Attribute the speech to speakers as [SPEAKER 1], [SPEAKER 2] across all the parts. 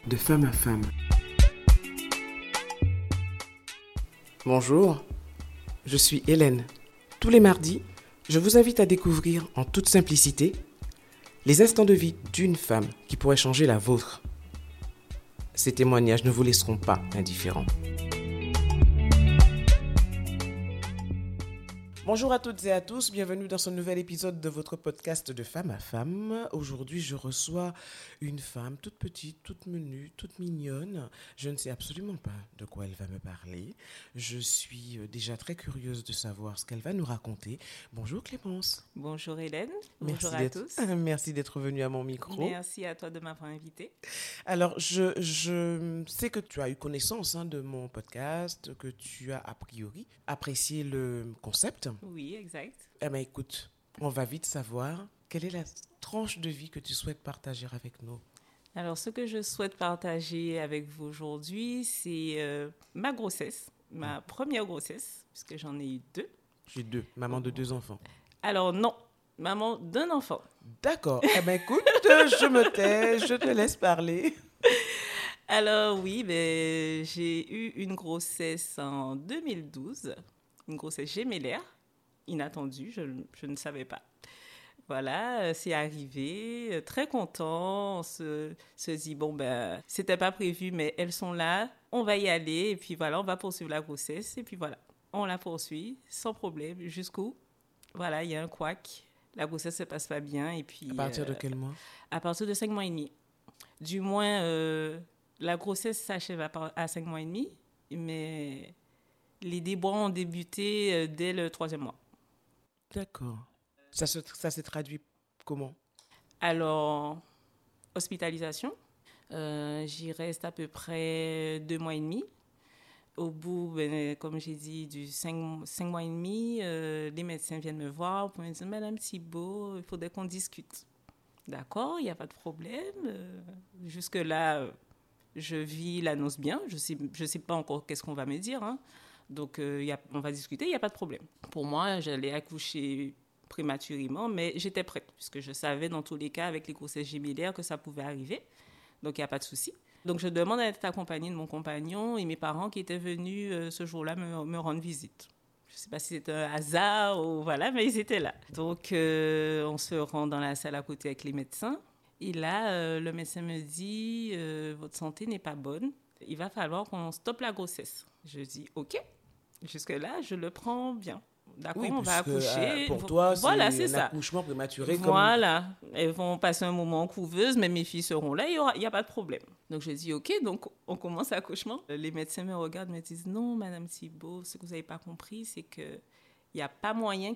[SPEAKER 1] de femme à femme. Bonjour, je suis Hélène. Tous les mardis, je vous invite à découvrir en toute simplicité les instants de vie d'une femme qui pourrait changer la vôtre. Ces témoignages ne vous laisseront pas indifférents. Bonjour à toutes et à tous, bienvenue dans ce nouvel épisode de votre podcast de femme à femme. Aujourd'hui, je reçois une femme toute petite, toute menue, toute mignonne. Je ne sais absolument pas de quoi elle va me parler. Je suis déjà très curieuse de savoir ce qu'elle va nous raconter. Bonjour Clémence.
[SPEAKER 2] Bonjour Hélène, bonjour à tous.
[SPEAKER 1] Merci d'être venue à mon micro.
[SPEAKER 2] Merci à toi de m'avoir invitée.
[SPEAKER 1] Alors, je sais que tu as eu connaissance de mon podcast, que tu as a priori apprécié le concept.
[SPEAKER 2] Oui, exact.
[SPEAKER 1] Eh bien, écoute, on va vite savoir quelle est la tranche de vie que tu souhaites partager avec nous.
[SPEAKER 2] Alors, ce que je souhaite partager avec vous aujourd'hui, c'est ma grossesse, ma première grossesse, puisque j'en ai eu 2.
[SPEAKER 1] J'ai 2, maman de 2 enfants.
[SPEAKER 2] Alors non, maman d'un enfant.
[SPEAKER 1] D'accord. Eh bien, écoute, je me tais, je te laisse parler.
[SPEAKER 2] Alors oui, j'ai eu une grossesse en 2012, une grossesse gémellaire, inattendue, je ne savais pas. Voilà, c'est arrivé, très content, on se dit, c'était pas prévu, mais elles sont là, on va y aller, et puis voilà, on va poursuivre la grossesse, et puis voilà, on la poursuit, sans problème, jusqu'où, voilà, il y a un couac, la grossesse se passe pas bien, et puis...
[SPEAKER 1] À partir de quel mois ?
[SPEAKER 2] À partir de 5 mois et demi. Du moins, la grossesse s'achève à 5 mois et demi, mais les déboires ont débuté dès le 3e mois.
[SPEAKER 1] D'accord. Ça s'est traduit comment ?
[SPEAKER 2] Alors, hospitalisation. J'y reste à peu près 2 mois et demi. Au bout, comme j'ai dit, du 5 mois et demi, les médecins viennent me voir pour me dire « Madame Thibault, il faudrait qu'on discute. » D'accord, il n'y a pas de problème. Jusque-là, je vis l'annonce bien. Je sais pas encore qu'est-ce qu'on va me dire. Donc, on va discuter, il n'y a pas de problème. Pour moi, j'allais accoucher prématurément, mais j'étais prête, puisque je savais dans tous les cas, avec les grossesses gémellaires, que ça pouvait arriver. Donc, il n'y a pas de souci. Donc, je demande à être accompagnée de mon compagnon et mes parents qui étaient venus ce jour-là me rendre visite. Je ne sais pas si c'était un hasard ou voilà, mais ils étaient là. Donc, on se rend dans la salle à côté avec les médecins. Et là, le médecin me dit « Votre santé n'est pas bonne. Il va falloir qu'on stoppe la grossesse. » Je dis « OK. » Jusque-là, je le prends bien. D'accord,
[SPEAKER 1] oui,
[SPEAKER 2] on va accoucher.
[SPEAKER 1] Pour toi,
[SPEAKER 2] voilà,
[SPEAKER 1] c'est un
[SPEAKER 2] ça.
[SPEAKER 1] accouchement prématuré.
[SPEAKER 2] Voilà, elles vont passer un moment en couveuse, mais mes filles seront là, il n'y a pas de problème. Donc je dis OK, donc on commence l'accouchement. Les médecins me regardent, me disent non, Madame Thibault, ce que vous n'avez pas compris, c'est qu'il n'y a pas moyen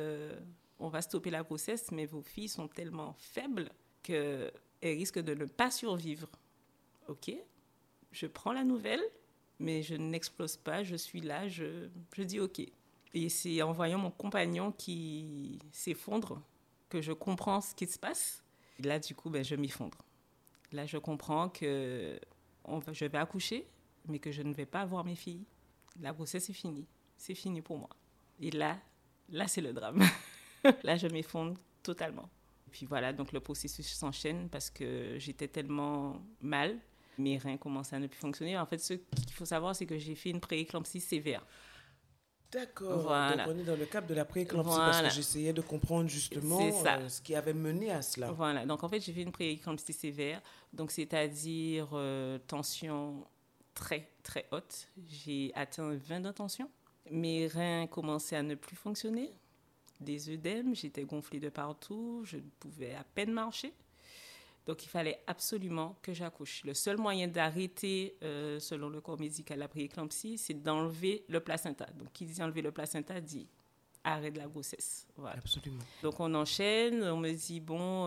[SPEAKER 2] on va stopper la grossesse, mais vos filles sont tellement faibles qu'elles risquent de ne pas survivre. OK, je prends la nouvelle, mais je n'explose pas, je suis là, je dis OK. Et c'est en voyant mon compagnon qui s'effondre que je comprends ce qui se passe. Et là, du coup, je m'effondre. Là, je comprends que je vais accoucher, mais que je ne vais pas avoir mes filles. La grossesse est finie. C'est fini pour moi. Et là, c'est le drame. Là, je m'effondre totalement. Et puis voilà, donc le processus s'enchaîne parce que j'étais tellement mal. Mes reins commençaient à ne plus fonctionner. En fait, ce qu'il faut savoir, c'est que j'ai fait une prééclampsie sévère.
[SPEAKER 1] D'accord,
[SPEAKER 2] voilà.
[SPEAKER 1] Donc on est dans le cadre de la prééclampsie
[SPEAKER 2] voilà.
[SPEAKER 1] parce que j'essayais de comprendre justement ce qui avait mené à cela.
[SPEAKER 2] Voilà, donc en fait j'ai fait une prééclampsie sévère, donc c'est-à-dire tension très très haute. J'ai atteint 20 de tension, mes reins commençaient à ne plus fonctionner, des œdèmes, j'étais gonflée de partout, je ne pouvais à peine marcher. Donc, il fallait absolument que j'accouche. Le seul moyen d'arrêter, selon le corps médical, la prééclampsie, c'est d'enlever le placenta. Donc, qui dit enlever le placenta dit arrêt de la grossesse. Voilà.
[SPEAKER 1] Absolument.
[SPEAKER 2] Donc, on enchaîne. On me dit,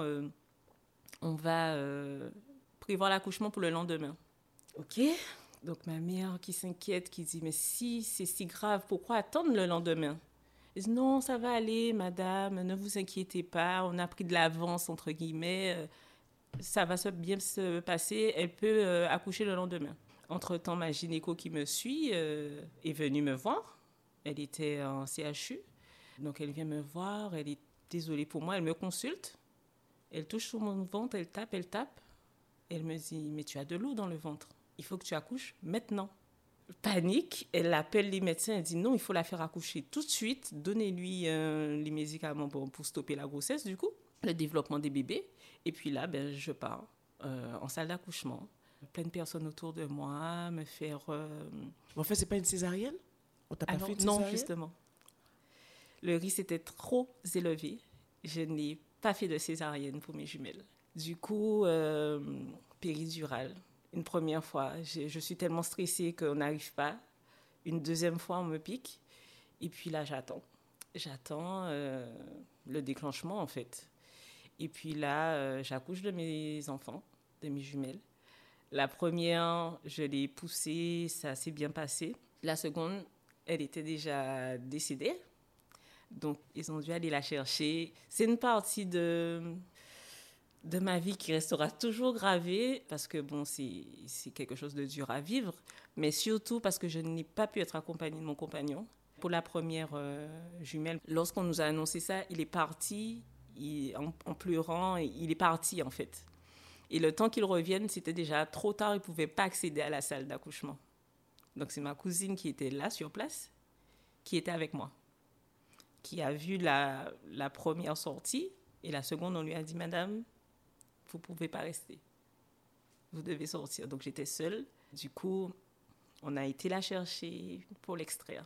[SPEAKER 2] on va prévoir l'accouchement pour le lendemain. OK. Donc, ma mère qui s'inquiète, qui dit, mais si c'est si grave, pourquoi attendre le lendemain ? Elle dit, non, ça va aller, madame, ne vous inquiétez pas. On a pris de l'avance, entre guillemets. Ça va bien se passer, elle peut accoucher le lendemain. Entre-temps, ma gynéco qui me suit est venue me voir. Elle était en CHU. Donc, elle vient me voir, elle est désolée pour moi, elle me consulte. Elle touche sur mon ventre, elle tape. Elle me dit, mais tu as de l'eau dans le ventre. Il faut que tu accouches maintenant. Panique, elle appelle les médecins, elle dit non, il faut la faire accoucher tout de suite. Donnez-lui les médicaments pour stopper la grossesse, du coup, le développement des bébés. Et puis là, je pars en salle d'accouchement. Plein de personnes autour de moi, me faire...
[SPEAKER 1] En fait, c'est pas une césarienne? On t'a pas fait une césarienne?
[SPEAKER 2] Non, justement. Le risque était trop élevé. Je n'ai pas fait de césarienne pour mes jumelles. Du coup, péridurale. Une première fois, je suis tellement stressée qu'on n'arrive pas. Une deuxième fois, on me pique. Et puis là, j'attends. J'attends le déclenchement, en fait. Et puis là, j'accouche de mes enfants, de mes jumelles. La première, je l'ai poussée, ça s'est bien passé. La seconde, elle était déjà décédée. Donc, ils ont dû aller la chercher. C'est une partie de ma vie qui restera toujours gravée parce que, bon, c'est quelque chose de dur à vivre, mais surtout parce que je n'ai pas pu être accompagnée de mon compagnon. Pour la première jumelle, lorsqu'on nous a annoncé ça, il est parti en pleurant, il est parti en fait. Et le temps qu'il revienne, c'était déjà trop tard, il ne pouvait pas accéder à la salle d'accouchement. Donc c'est ma cousine qui était là sur place, qui était avec moi, qui a vu la première sortie, et la seconde, on lui a dit « Madame, vous ne pouvez pas rester, vous devez sortir ». Donc j'étais seule, du coup, on a été la chercher pour l'extraire.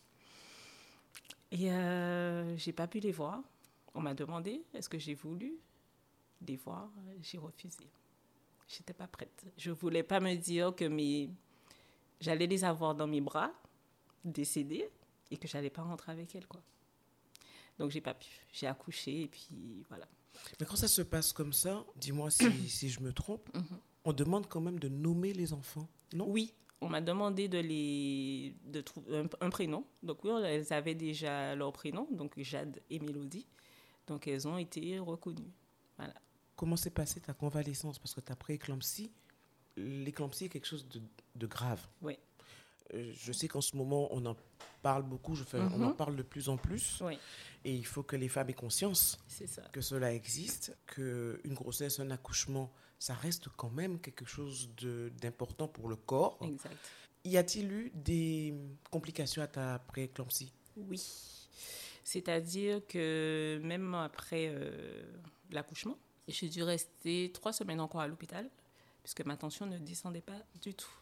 [SPEAKER 2] Et je n'ai pas pu les voir. On m'a demandé, est-ce que j'ai voulu les voir? J'ai refusé. Je n'étais pas prête. Je ne voulais pas me dire que j'allais les avoir dans mes bras, décédées, et que je n'allais pas rentrer avec elles, quoi. Donc, je n'ai pas pu. J'ai accouché et puis voilà.
[SPEAKER 1] Mais quand ça se passe comme ça, dis-moi si je me trompe, on demande quand même de nommer les enfants, non?
[SPEAKER 2] Oui, on m'a demandé de trouver un prénom. Donc oui, elles avaient déjà leur prénom, donc Jade et Mélodie. Donc elles ont été reconnues. Voilà.
[SPEAKER 1] Comment s'est passée ta convalescence? Parce que tu as pré-éclampsie. L'éclampsie est quelque chose de grave.
[SPEAKER 2] Oui.
[SPEAKER 1] Je sais qu'en ce moment, on en parle beaucoup, on en parle de plus en plus.
[SPEAKER 2] Oui.
[SPEAKER 1] Et il faut que les femmes aient conscience que cela existe, qu'une grossesse, un accouchement, ça reste quand même quelque chose d'important pour le corps.
[SPEAKER 2] Exact.
[SPEAKER 1] Y a-t-il eu des complications à ta pré-éclampsie?
[SPEAKER 2] Oui. C'est-à-dire que même après l'accouchement, j'ai dû rester 3 semaines encore à l'hôpital, puisque ma tension ne descendait pas du tout.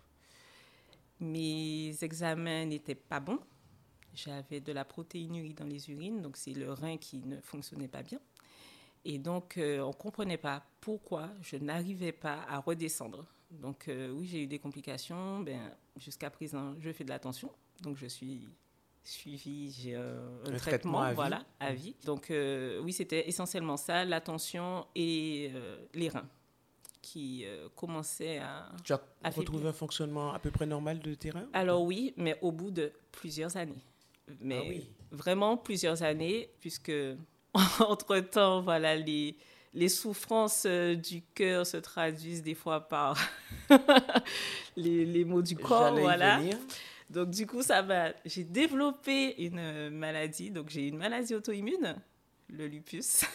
[SPEAKER 2] Mes examens n'étaient pas bons. J'avais de la protéinurie dans les urines, donc c'est le rein qui ne fonctionnait pas bien. Et donc, on ne comprenait pas pourquoi je n'arrivais pas à redescendre. Donc, oui, j'ai eu des complications. Jusqu'à présent, je fais de la tension. Donc, je suis suivie, j'ai un traitement à vie. Donc, oui, c'était essentiellement ça, la tension et les reins qui commençaient à...
[SPEAKER 1] Tu as retrouvé un fonctionnement à peu près normal de tes reins?
[SPEAKER 2] Alors oui, mais au bout de plusieurs années. Mais vraiment plusieurs années, puisque entre-temps, voilà, les souffrances du cœur se traduisent des fois par les maux du corps. Voilà. Donc du coup, j'ai développé une maladie. Donc j'ai une maladie auto-immune, le lupus.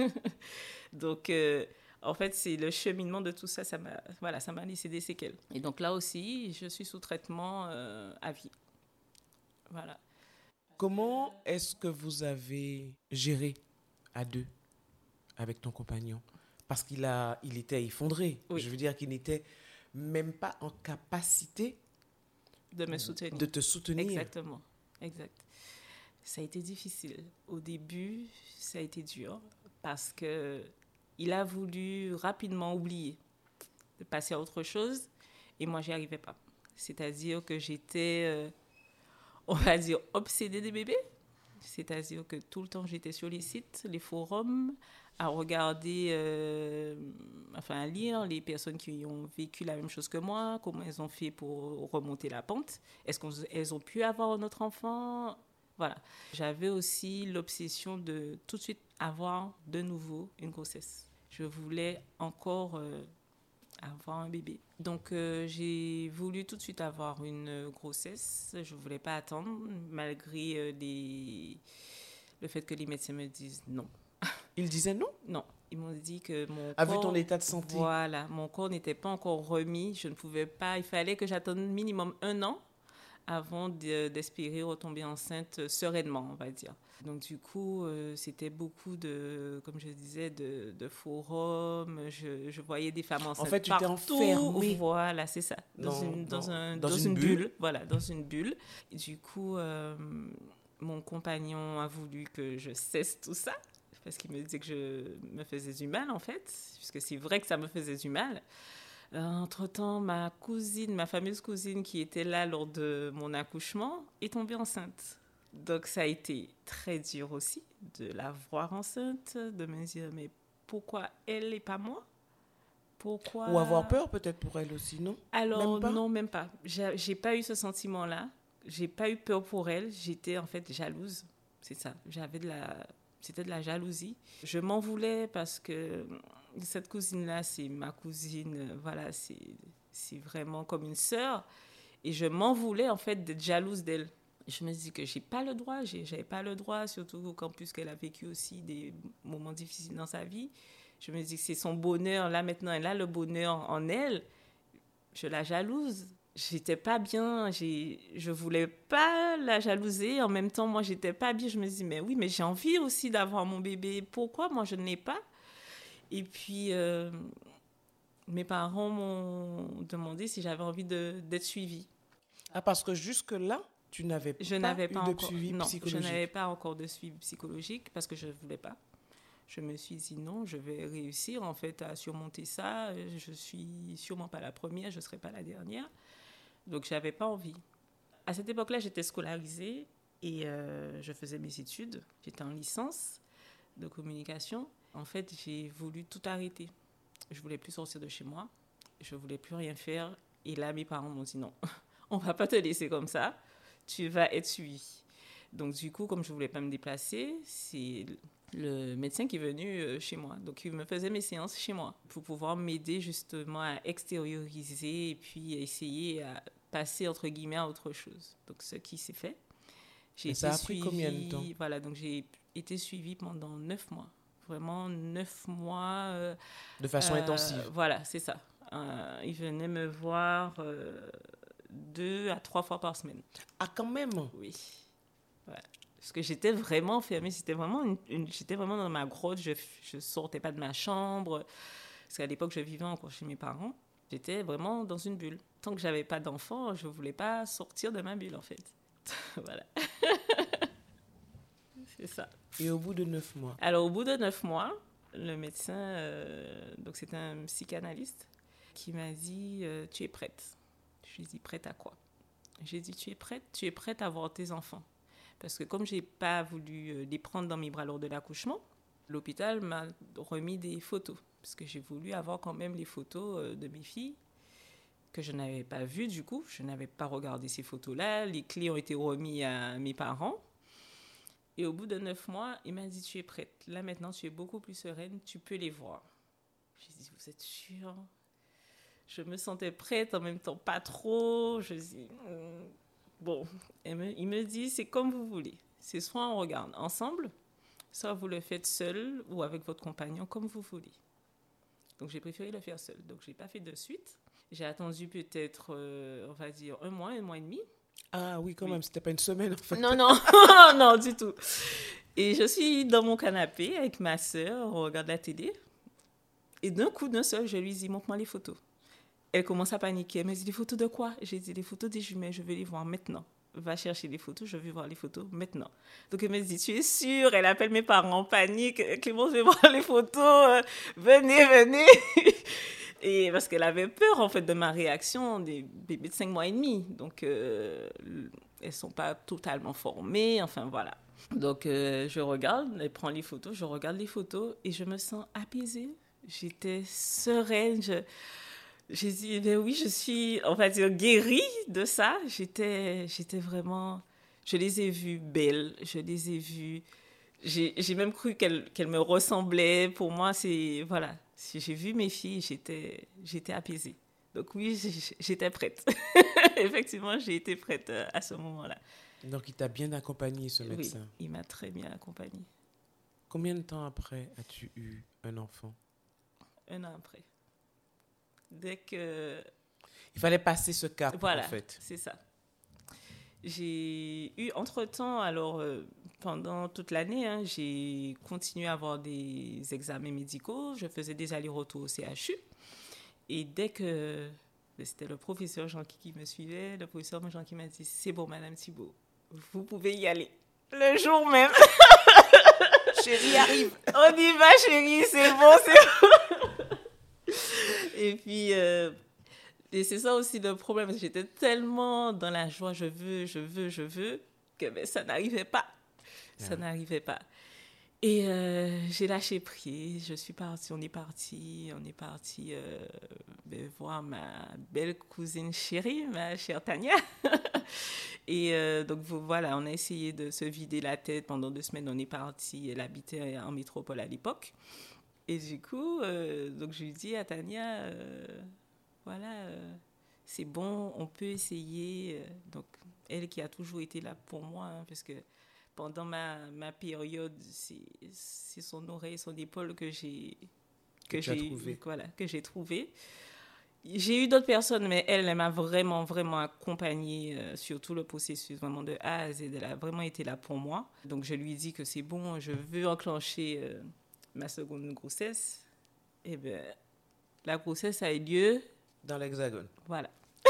[SPEAKER 2] Donc en fait, c'est le cheminement de tout ça, ça m'a laissé des séquelles. Et donc là aussi, je suis sous traitement à vie. Voilà.
[SPEAKER 1] Comment est-ce que vous avez géré à deux avec ton compagnon? Parce qu'il était effondré. Oui. Je veux dire qu'il n'était même pas en capacité
[SPEAKER 2] de
[SPEAKER 1] te soutenir.
[SPEAKER 2] Exactement. Exact. Ça a été difficile. Au début, ça a été dur parce qu'il a voulu rapidement oublier, de passer à autre chose, et moi, j'y arrivais pas. C'est-à-dire que j'étais... on va dire, obsédée des bébés. C'est-à-dire que tout le temps, j'étais sur les sites, les forums, à regarder, à lire les personnes qui ont vécu la même chose que moi, comment elles ont fait pour remonter la pente. Est-ce qu'elles ont pu avoir un autre enfant? Voilà. J'avais aussi l'obsession de tout de suite avoir de nouveau une grossesse. Je voulais encore... avoir un bébé. Donc, j'ai voulu tout de suite avoir une grossesse. Je ne voulais pas attendre, malgré le fait que les médecins me disent non.
[SPEAKER 1] Ils disaient non?
[SPEAKER 2] Non. Ils m'ont dit que mon
[SPEAKER 1] Ah, vu
[SPEAKER 2] corps...
[SPEAKER 1] ton état de santé.
[SPEAKER 2] Voilà, mon corps n'était pas encore remis. Je ne pouvais pas... Il fallait que j'attende minimum 1 an avant d'espérer retomber enceinte sereinement, on va dire. Donc du coup, c'était beaucoup de, comme je disais, de forums. Je voyais des femmes enceintes
[SPEAKER 1] En fait, tu t'es
[SPEAKER 2] partout.
[SPEAKER 1] enfermée.
[SPEAKER 2] Voilà, c'est ça. Dans une bulle. Voilà, dans une bulle. Et du coup, mon compagnon a voulu que je cesse tout ça parce qu'il me disait que je me faisais du mal, en fait, puisque c'est vrai que ça me faisait du mal. Entre-temps, ma fameuse cousine qui était là lors de mon accouchement, est tombée enceinte. Donc ça a été très dur aussi de la voir enceinte, de me dire mais pourquoi elle et pas moi? Pourquoi?
[SPEAKER 1] Ou avoir peur peut-être pour elle aussi, non?
[SPEAKER 2] Alors
[SPEAKER 1] Même pas?
[SPEAKER 2] non, même pas. J'ai pas eu ce sentiment-là. J'ai pas eu peur pour elle. J'étais en fait jalouse. C'est ça. C'était de la jalousie. Je m'en voulais parce que cette cousine-là, c'est ma cousine. Voilà, c'est vraiment comme une sœur. Et je m'en voulais en fait d'être jalouse d'elle. Je me dis que j'ai pas le droit, j'avais pas le droit, surtout quand puisqu'elle a vécu aussi des moments difficiles dans sa vie. Je me dis que c'est son bonheur, là maintenant, elle a le bonheur en elle. Je la jalouse. J'étais pas bien, je voulais pas la jalouser. En même temps, moi, j'étais pas bien. Je me dis, mais oui, mais j'ai envie aussi d'avoir mon bébé. Pourquoi moi, je ne l'ai pas? Et puis, mes parents m'ont demandé si j'avais envie d'être suivie.
[SPEAKER 1] Ah, parce que jusque-là, tu n'avais pas eu de suivi psychologique.
[SPEAKER 2] Je n'avais pas encore de suivi psychologique parce que je ne voulais pas. Je me suis dit non, je vais réussir en fait à surmonter ça. Je suis sûrement pas la première, je ne serai pas la dernière. Donc, je n'avais pas envie. À cette époque-là, j'étais scolarisée et je faisais mes études. J'étais en licence de communication. En fait, j'ai voulu tout arrêter. Je ne voulais plus sortir de chez moi. Je ne voulais plus rien faire. Et là, mes parents m'ont dit non, on ne va pas te laisser comme ça. Tu vas être suivi. Donc, du coup, comme je ne voulais pas me déplacer, c'est le médecin qui est venu chez moi. Donc, il me faisait mes séances chez moi pour pouvoir m'aider justement à extérioriser et puis essayer à passer, entre guillemets, à autre chose. Donc, ce qui s'est fait.
[SPEAKER 1] Ça a pris combien de temps?
[SPEAKER 2] Voilà, donc j'ai été suivie pendant 9 mois. Vraiment 9 mois.
[SPEAKER 1] De façon intensive.
[SPEAKER 2] Voilà, c'est ça. Il venait me voir 2 à 3 fois par semaine.
[SPEAKER 1] Ah, quand même?
[SPEAKER 2] Oui. Ouais. Parce que j'étais vraiment fermée. J'étais vraiment dans ma grotte. Je ne sortais pas de ma chambre. Parce qu'à l'époque, je vivais encore chez mes parents. J'étais vraiment dans une bulle. Tant que je n'avais pas d'enfant, je ne voulais pas sortir de ma bulle, en fait. Voilà. C'est ça.
[SPEAKER 1] Et au bout de 9 mois?
[SPEAKER 2] Alors, au bout de 9 mois, le médecin, donc c'était un psychanalyste, qui m'a dit tu es prête. Je lui ai dit prête à quoi? J'ai dit tu es prête à avoir tes enfants. Parce que comme je n'ai pas voulu les prendre dans mes bras lors de l'accouchement, l'hôpital m'a remis des photos. Parce que j'ai voulu avoir quand même les photos de mes filles que je n'avais pas vues du coup. Je n'avais pas regardé ces photos-là. Les clés ont été remises à mes parents. Et au bout de 9 mois, il m'a dit tu es prête. Là maintenant, tu es beaucoup plus sereine. Tu peux les voir. J'ai dit vous êtes sûre? Je me sentais prête, en même temps pas trop. Je dis, bon. Il me dit, c'est comme vous voulez. C'est soit on regarde ensemble, soit vous le faites seul ou avec votre compagnon, comme vous voulez. Donc, j'ai préféré le faire seul. Donc, je n'ai pas fait de suite. J'ai attendu peut-être, on va dire, 1 mois et demi.
[SPEAKER 1] Ah oui, quand même, c'était pas une semaine en fait.
[SPEAKER 2] Non, non, du tout. Et je suis dans mon canapé avec ma sœur, on regarde la télé. Et d'un seul, je lui dis, montre-moi les photos. Elle commence à paniquer. Elle me dit, les photos de quoi? J'ai dit, les photos des jumelles, je veux les voir maintenant. Va chercher les photos, je veux voir les photos maintenant. Donc, elle me dit, tu es sûre? Elle appelle mes parents en panique. Clémence, je vais voir les photos. Venez. Et parce qu'elle avait peur, en fait, de ma réaction des bébés de 5 mois et demi. Donc, elles ne sont pas totalement formées. Enfin, voilà. Donc, je regarde, elle prend les photos, je regarde les photos et je me sens apaisée. J'étais sereine. J'ai dit, ben oui, je suis, on va dire, guérie de ça. J'étais vraiment... Je les ai vues belles, je les ai vues... J'ai même cru qu'elles me ressemblaient. Pour moi, c'est... Voilà. Si j'ai vu mes filles, j'étais apaisée. Donc oui, j'étais prête. Effectivement, j'ai été prête à ce moment-là.
[SPEAKER 1] Donc, il t'a bien accompagnée, ce médecin?
[SPEAKER 2] Oui, il m'a très bien accompagnée.
[SPEAKER 1] Combien de temps après as-tu eu un enfant?
[SPEAKER 2] 1 an après. Dès que...
[SPEAKER 1] Il fallait passer ce cap,
[SPEAKER 2] Voilà,
[SPEAKER 1] en fait.
[SPEAKER 2] c'est ça. J'ai eu entre-temps, alors pendant toute l'année, hein, j'ai continué à avoir des examens médicaux. Je faisais des allers-retours au CHU. Et dès que c'était le professeur Jean qui me suivait, le professeur Jean qui m'a dit, c'est bon, Madame Thibault, vous pouvez y aller. Le jour même.
[SPEAKER 1] Chérie, arrive.
[SPEAKER 2] On y va, chérie, c'est bon, c'est bon. Et puis, et c'est ça aussi le problème, parce que j'étais tellement dans la joie, je veux, que ben, ça n'arrivait pas. Ça n'arrivait pas. Et j'ai lâché prise, je suis partie, on est parti voir ma belle cousine chérie, ma chère Tania. Et donc voilà, on a essayé de se vider la tête pendant 2 semaines, on est parti, elle habitait en métropole à l'époque. Et du coup, donc je lui dis à Tania, voilà, c'est bon, on peut essayer. Donc elle qui a toujours été là pour moi, hein, parce que pendant ma période, c'est son oreille, son épaule que j'ai
[SPEAKER 1] trouvé.
[SPEAKER 2] Voilà, que j'ai trouvé. J'ai eu d'autres personnes, mais elle m'a vraiment, vraiment accompagnée sur tout le processus, vraiment de A à Z. Elle a vraiment été là pour moi. Donc, je lui ai dit que c'est bon, je veux enclencher ma seconde grossesse. Et bien, la grossesse a eu lieu.
[SPEAKER 1] Dans l'Hexagone.
[SPEAKER 2] Voilà.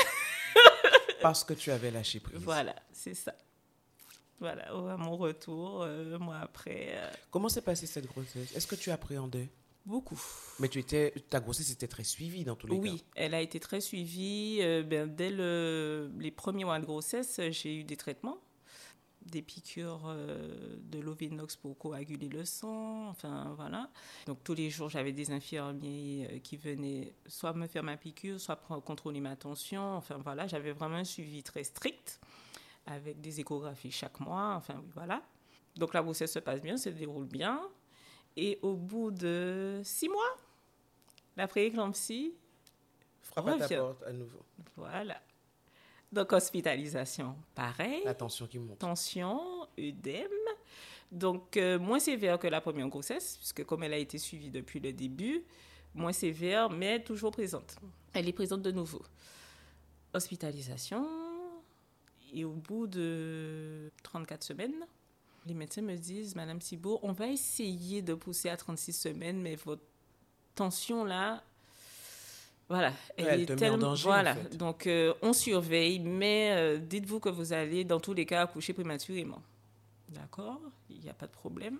[SPEAKER 1] Parce que tu avais lâché prise.
[SPEAKER 2] Voilà, c'est ça. Voilà, à mon retour, un mois après.
[SPEAKER 1] Comment s'est passée cette grossesse? Est-ce que tu appréhendais?
[SPEAKER 2] Beaucoup.
[SPEAKER 1] Mais ta grossesse était très suivie dans tous les cas.
[SPEAKER 2] Oui, elle a été très suivie. Dès les premiers mois de grossesse, j'ai eu des traitements, des piqûres de Lovenox pour coaguler le sang, enfin voilà. Donc tous les jours, j'avais des infirmiers qui venaient soit me faire ma piqûre, soit contrôler ma tension. Enfin voilà, j'avais vraiment un suivi très strict avec des échographies chaque mois. Enfin voilà. Donc la grossesse se passe bien, se déroule bien. Et au bout de 6 mois, la prééclampsie
[SPEAKER 1] frappe à ta porte à nouveau.
[SPEAKER 2] Voilà. Donc, hospitalisation, pareil.
[SPEAKER 1] La tension qui monte.
[SPEAKER 2] Tension, œdème. Donc, moins sévère que la première grossesse, puisque comme elle a été suivie depuis le début, moins sévère, mais toujours présente. Elle est présente de nouveau. Hospitalisation. Et au bout de 34 semaines, les médecins me disent, Madame Thibault, on va essayer de pousser à 36 semaines, mais votre tension là, voilà,
[SPEAKER 1] elle te met en danger.
[SPEAKER 2] Voilà,
[SPEAKER 1] en fait.
[SPEAKER 2] Donc on surveille, mais dites-vous que vous allez dans tous les cas accoucher prématurément. D'accord, il n'y a pas de problème.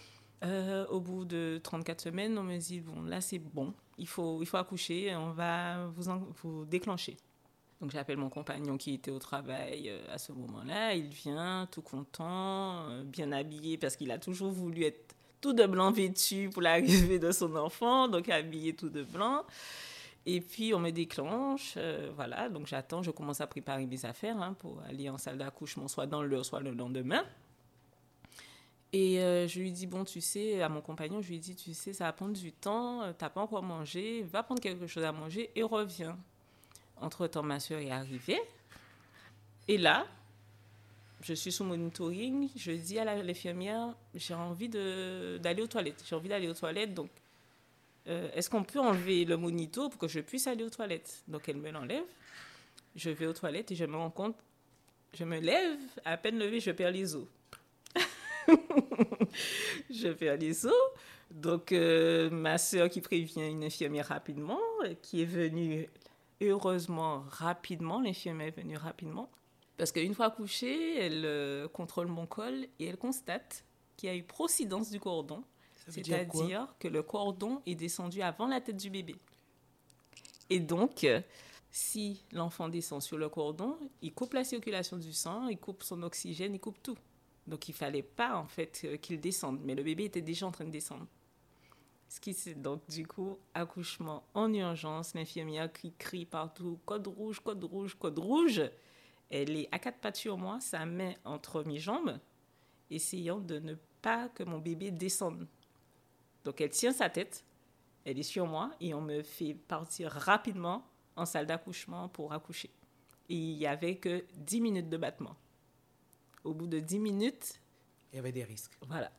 [SPEAKER 2] Au bout de 34 semaines, on me dit, bon, là c'est bon, il faut accoucher, on va vous déclencher. Donc j'appelle mon compagnon qui était au travail à ce moment-là, il vient tout content, bien habillé, parce qu'il a toujours voulu être tout de blanc vêtu pour l'arrivée de son enfant, donc habillé tout de blanc. Et puis on me déclenche, voilà, donc j'attends, je commence à préparer mes affaires pour aller en salle d'accouchement, soit dans l'heure, soit le lendemain. Et je lui dis, bon, tu sais, à mon compagnon, je lui dis, tu sais, ça va prendre du temps, t'as pas encore mangé, va prendre quelque chose à manger et reviens. Entre-temps, ma soeur est arrivée. Et là, je suis sous monitoring, je dis à l'infirmière, j'ai envie d'aller aux toilettes. Donc, est-ce qu'on peut enlever le monito pour que je puisse aller aux toilettes? Donc, elle me l'enlève. Je vais aux toilettes et je me rends compte, je me lève, à peine levée, je perds les os. Je perds les os. Donc, ma soeur qui prévient une infirmière rapidement, qui est venue, heureusement, rapidement. L'infirmière est venue rapidement. Parce qu'une fois accouchée, elle contrôle mon col et elle constate qu'il y a eu procidence du cordon. C'est-à-dire que le cordon est descendu avant la tête du bébé. Et donc, si l'enfant descend sur le cordon, il coupe la circulation du sang, il coupe son oxygène, il coupe tout. Donc, il ne fallait pas, en fait, qu'il descende. Mais le bébé était déjà en train de descendre. Donc, du coup, accouchement en urgence, l'infirmière qui crie partout, code rouge, code rouge, code rouge. Elle est à 4 pattes sur moi, sa main entre mes jambes, essayant de ne pas que mon bébé descende. Donc, elle tient sa tête, elle est sur moi et on me fait partir rapidement en salle d'accouchement pour accoucher. Et il n'y avait que 10 minutes de battement. Au bout de 10 minutes...
[SPEAKER 1] Il y avait des risques.
[SPEAKER 2] Voilà.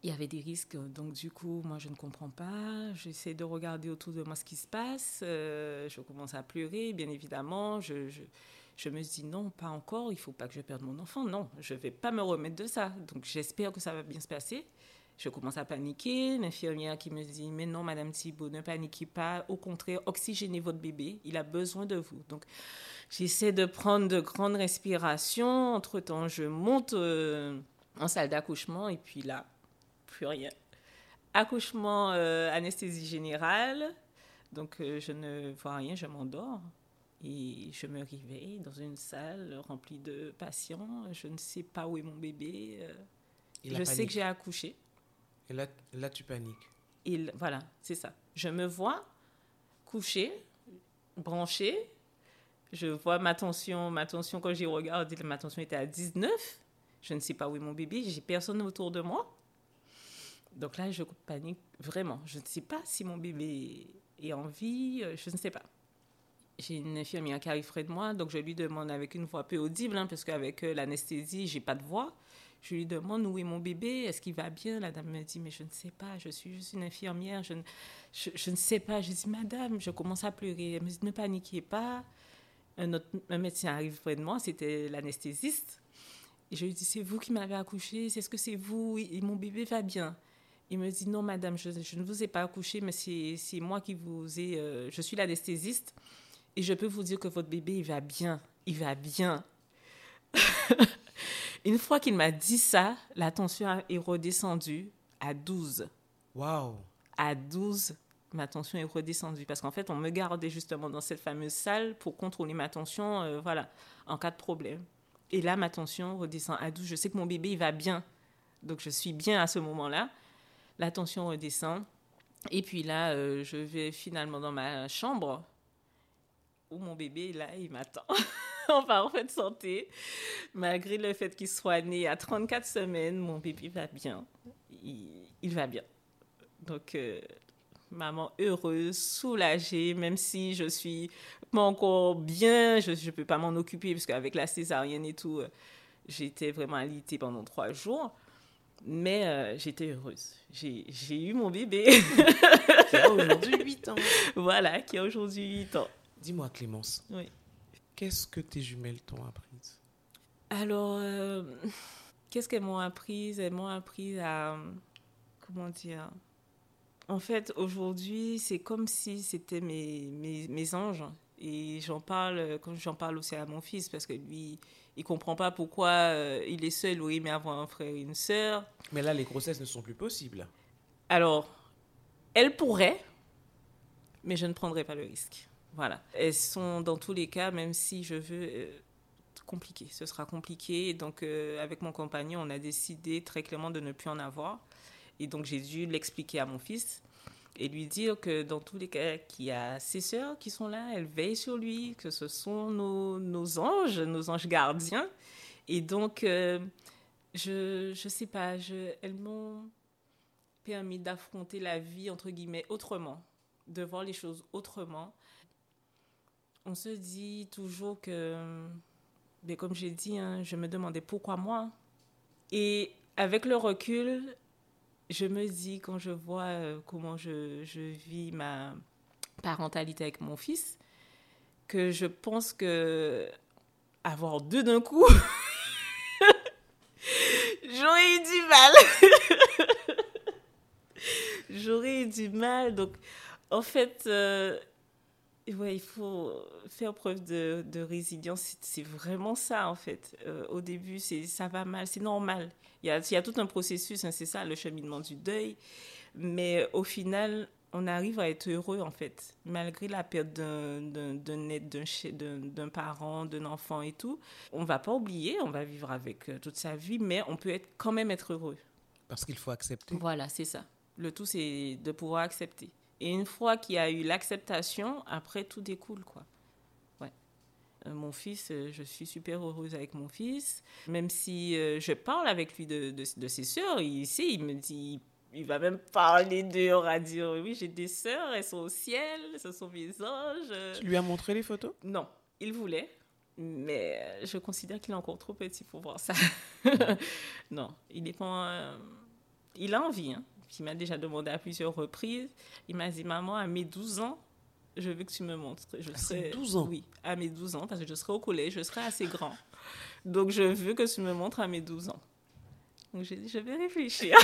[SPEAKER 2] il y avait des risques. Donc, du coup, moi, je ne comprends pas. J'essaie de regarder autour de moi ce qui se passe. Je commence à pleurer, bien évidemment. Je me dis non, pas encore. Il ne faut pas que je perde mon enfant. Non, je ne vais pas me remettre de ça. Donc, j'espère que ça va bien se passer. Je commence à paniquer. L'infirmière qui me dit, mais non, Madame Thibault, ne paniquez pas. Au contraire, oxygénez votre bébé. Il a besoin de vous. Donc, j'essaie de prendre de grandes respirations. Entre-temps, je monte en salle d'accouchement. Et puis là, plus rien. Accouchement, anesthésie générale. Donc, je ne vois rien, je m'endors. Et je me réveille dans une salle remplie de patients. Je ne sais pas où est mon bébé. Je sais que j'ai accouché.
[SPEAKER 1] Et là, tu paniques.
[SPEAKER 2] Voilà, c'est ça. Je me vois couchée, branchée. Je vois ma tension, quand j'ai regardé, ma tension était à 19. Je ne sais pas où est mon bébé. J'ai personne autour de moi. Donc là, je panique vraiment. Je ne sais pas si mon bébé est en vie. Je ne sais pas. J'ai une infirmière qui arrive près de moi, donc je lui demande avec une voix peu audible, parce qu'avec l'anesthésie, j'ai pas de voix. Je lui demande où est mon bébé, est-ce qu'il va bien? La dame me dit, mais je ne sais pas, je suis juste une infirmière, je ne sais pas. Je dis, madame, je commence à pleurer. Elle me dit, ne paniquez pas. Un médecin arrive près de moi, c'était l'anesthésiste. Et je lui dis, c'est vous qui m'avez accouché, est-ce que c'est vous? Et mon bébé va bien. Il me dit, non, madame, je ne vous ai pas accouché, mais c'est moi qui vous ai... je suis l'anesthésiste. Et je peux vous dire que votre bébé, il va bien. Il va bien. Une fois qu'il m'a dit ça, la tension est redescendue à 12.
[SPEAKER 1] Waouh!
[SPEAKER 2] À 12, ma tension est redescendue. Parce qu'en fait, on me gardait justement dans cette fameuse salle pour contrôler ma tension, en cas de problème. Et là, ma tension redescend à 12. Je sais que mon bébé, il va bien. Donc, je suis bien à ce moment-là. La tension redescend. Et puis là, je vais finalement dans ma chambre où mon bébé, là, il m'attend en parfaite santé. Malgré le fait qu'il soit né à 34 semaines, mon bébé va bien. Il va bien. Donc, maman heureuse, soulagée, même si je suis pas encore bien, je ne peux pas m'en occuper, parce qu'avec la césarienne et tout, j'étais vraiment alitée pendant 3 jours. Mais j'étais heureuse. J'ai eu mon bébé.
[SPEAKER 1] Qui a aujourd'hui 8 ans.
[SPEAKER 2] Voilà, qui a aujourd'hui 8 ans.
[SPEAKER 1] Dis-moi, Clémence.
[SPEAKER 2] Oui.
[SPEAKER 1] Qu'est-ce que tes jumelles t'ont appris?
[SPEAKER 2] Alors, qu'est-ce qu'elles m'ont appris? Elles m'ont appris à... Comment dire? En fait, aujourd'hui, c'est comme si c'était mes anges. Et quand j'en parle aussi à mon fils, parce que lui, il ne comprend pas pourquoi il est seul ou il aimait avoir un frère et une sœur.
[SPEAKER 1] Mais là, les grossesses ne sont plus possibles.
[SPEAKER 2] Alors, elles pourraient, mais je ne prendrai pas le risque. Voilà. Elles sont, dans tous les cas, même si je veux, compliquées. Ce sera compliqué. Donc, avec mon compagnon, on a décidé très clairement de ne plus en avoir. Et donc, j'ai dû l'expliquer à mon fils et lui dire que dans tous les cas, qu'il y a ses sœurs qui sont là, elles veillent sur lui, que ce sont nos anges gardiens. Et donc, je sais pas, elles m'ont permis d'affronter la vie, entre guillemets, autrement, de voir les choses autrement. On se dit toujours que, mais comme j'ai dit, je me demandais pourquoi moi. Et avec le recul, je me dis, quand je vois comment je vis ma parentalité avec mon fils, que je pense que avoir 2 d'un coup, j'aurais eu du mal. J'aurais eu du mal. Donc, en fait, il faut faire preuve de résilience. C'est vraiment ça, en fait. Au début, ça va mal, c'est normal. Il y a tout un processus, c'est ça, le cheminement du deuil. Mais au final, on arrive à être heureux, en fait. Malgré la perte d'un parent, d'un enfant et tout. On ne va pas oublier, on va vivre avec toute sa vie, mais on peut quand même être heureux.
[SPEAKER 1] Parce qu'il faut accepter.
[SPEAKER 2] Voilà, c'est ça. Le tout, c'est de pouvoir accepter. Et une fois qu'il y a eu l'acceptation, après, tout découle, quoi. Ouais. Mon fils, je suis super heureuse avec mon fils. Même si je parle avec lui de ses sœurs, il sait, il me dit... Il va même parler d'eux, on va dire, oui, j'ai des sœurs, elles sont au ciel, ce sont mes anges.
[SPEAKER 1] Tu lui as montré les photos?
[SPEAKER 2] Non, il voulait, mais je considère qu'il est encore trop petit pour voir ça. Non, il n'est pas... il a envie, hein. Il m'a déjà demandé à plusieurs reprises. Il m'a dit, maman, à mes 12 ans, je veux que tu me montres.
[SPEAKER 1] C'est 12 ans?
[SPEAKER 2] Oui, à mes 12 ans, parce que je serai au collège, je serai assez grand. Donc, je veux que tu me montres à mes 12 ans. Donc, j'ai dit, je vais réfléchir.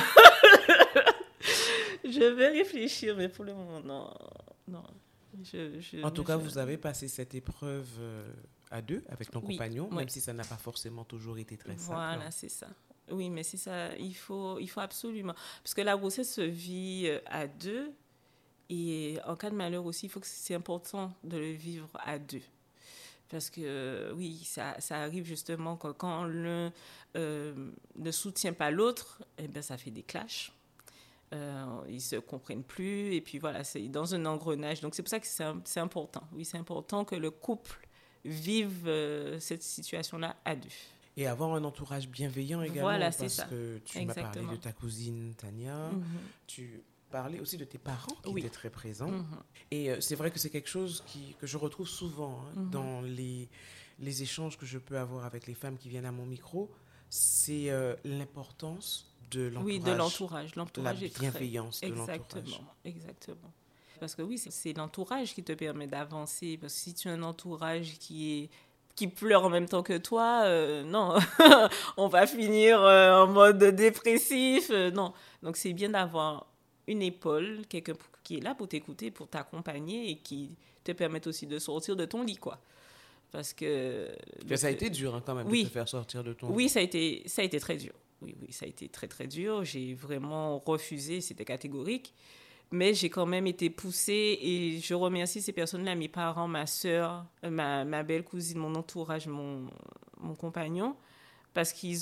[SPEAKER 2] Je vais réfléchir, mais pour le moment, non.
[SPEAKER 1] En tout cas, vous avez passé cette épreuve à deux avec ton compagnon, même
[SPEAKER 2] oui.
[SPEAKER 1] si ça n'a pas forcément toujours été très simple.
[SPEAKER 2] Voilà, c'est ça. Oui, mais c'est ça, il faut absolument. Parce que la grossesse se vit à deux, et en cas de malheur aussi, c'est important de le vivre à deux. Parce que oui, ça arrive justement quand l'un ne soutient pas l'autre, eh ben, ça fait des clashs. Ils ne se comprennent plus, et puis voilà, c'est dans un engrenage. Donc c'est pour ça que c'est important. Oui, c'est important que le couple vive cette situation-là à deux.
[SPEAKER 1] Et avoir un entourage bienveillant également,
[SPEAKER 2] voilà, c'est
[SPEAKER 1] parce
[SPEAKER 2] ça.
[SPEAKER 1] que tu m'as parlé de ta cousine Tania, tu parlais aussi de tes parents qui étaient très présents. Et c'est vrai que c'est quelque chose que je retrouve souvent dans les échanges que je peux avoir avec les femmes qui viennent à mon micro, c'est l'importance de l'entourage.
[SPEAKER 2] Oui, de l'entourage.
[SPEAKER 1] La bienveillance de l'entourage.
[SPEAKER 2] Exactement. Parce que oui, c'est l'entourage qui te permet d'avancer. Parce que si tu as un entourage qui pleure en même temps que toi, non, on va finir en mode dépressif, non. Donc, c'est bien d'avoir une épaule, quelqu'un qui est là pour t'écouter, pour t'accompagner et qui te permette aussi de sortir de ton lit, quoi. Parce que...
[SPEAKER 1] ça a été dur quand même de te faire sortir de ton lit.
[SPEAKER 2] Oui, ça a été très dur. Oui, ça a été très, très dur. J'ai vraiment refusé, c'était catégorique. Mais j'ai quand même été poussée et je remercie ces personnes-là, mes parents, ma soeur, ma belle cousine, mon entourage, mon compagnon, parce qu'ils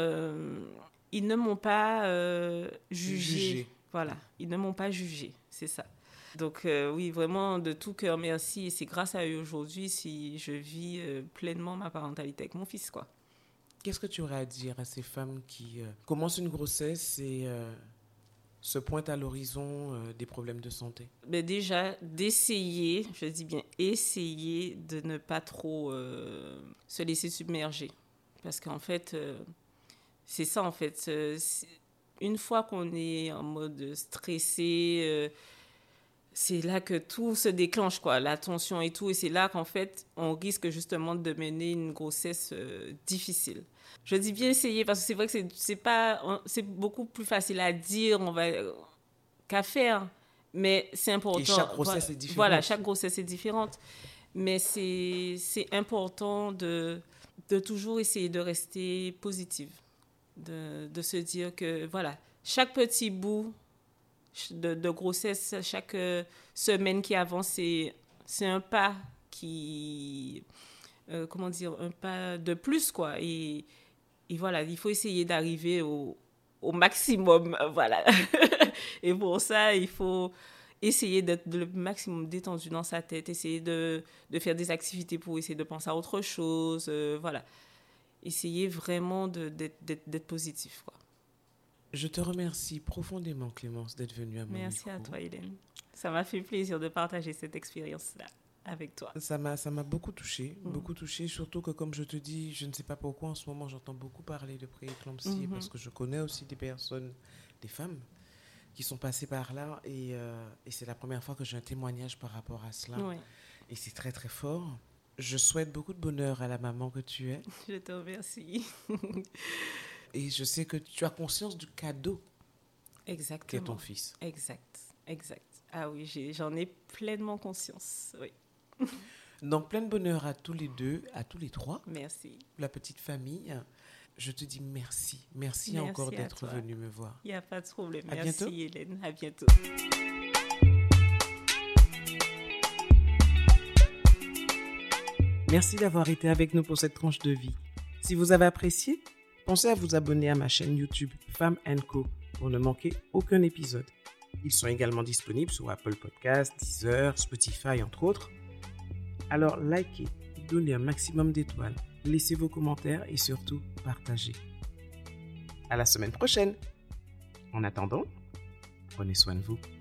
[SPEAKER 2] ne m'ont pas jugé. Voilà, ils ne m'ont pas jugé, c'est ça. Donc oui, vraiment de tout cœur, merci. Et c'est grâce à eux aujourd'hui si je vis pleinement ma parentalité avec mon fils, quoi.
[SPEAKER 1] Qu'est-ce que tu aurais à dire à ces femmes qui commencent une grossesse et... se pointe à l'horizon des problèmes de santé?
[SPEAKER 2] Mais déjà, d'essayer, je dis bien essayer de ne pas trop se laisser submerger. Parce qu'en fait, c'est ça en fait. Une fois qu'on est en mode stressé, c'est là que tout se déclenche, quoi, la tension et tout. Et c'est là qu'en fait, on risque justement de mener une grossesse difficile. Je dis bien essayer parce que c'est vrai que c'est beaucoup plus facile à dire qu'à faire. Mais c'est important.
[SPEAKER 1] Et chaque grossesse est différente.
[SPEAKER 2] Voilà, chaque grossesse est différente. Mais c'est important de toujours essayer de rester positive. De se dire que, voilà, chaque petit bout de grossesse, chaque semaine qui avance, c'est un pas un pas de plus, quoi. Et voilà, il faut essayer d'arriver au maximum, voilà. Et pour ça, il faut essayer d'être le maximum détendu dans sa tête, essayer de faire des activités pour essayer de penser à autre chose, voilà. Essayer vraiment d'être positif, quoi.
[SPEAKER 1] Je te remercie profondément, Clémence, d'être venue à mon micro.
[SPEAKER 2] Merci à toi, Hélène. Ça m'a fait plaisir de partager cette expérience-là avec toi.
[SPEAKER 1] Ça m'a beaucoup touchée, surtout que, comme je te dis, je ne sais pas pourquoi en ce moment j'entends beaucoup parler de prééclampsie, parce que je connais aussi des femmes qui sont passées par là, et c'est la première fois que j'ai un témoignage par rapport à cela.
[SPEAKER 2] Oui.
[SPEAKER 1] Et c'est très très fort. Je souhaite beaucoup de bonheur à la maman que tu es.
[SPEAKER 2] Je te remercie.
[SPEAKER 1] Et je sais que tu as conscience du cadeau qu'est ton fils.
[SPEAKER 2] Exact. Ah oui, j'en ai pleinement conscience, oui.
[SPEAKER 1] Donc, plein de bonheur à tous les deux, à tous les trois.
[SPEAKER 2] Merci.
[SPEAKER 1] La petite famille. Je te dis merci. Merci encore d'être venu me voir.
[SPEAKER 2] Il n'y a pas de problème.
[SPEAKER 1] Merci,
[SPEAKER 2] Hélène. À bientôt.
[SPEAKER 1] Merci d'avoir été avec nous pour cette tranche de vie. Si vous avez apprécié, pensez à vous abonner à ma chaîne YouTube Femme & Co pour ne manquer aucun épisode. Ils sont également disponibles sur Apple Podcasts, Deezer, Spotify, entre autres. Alors, likez, donnez un maximum d'étoiles, laissez vos commentaires et surtout, partagez. À la semaine prochaine. En attendant, prenez soin de vous.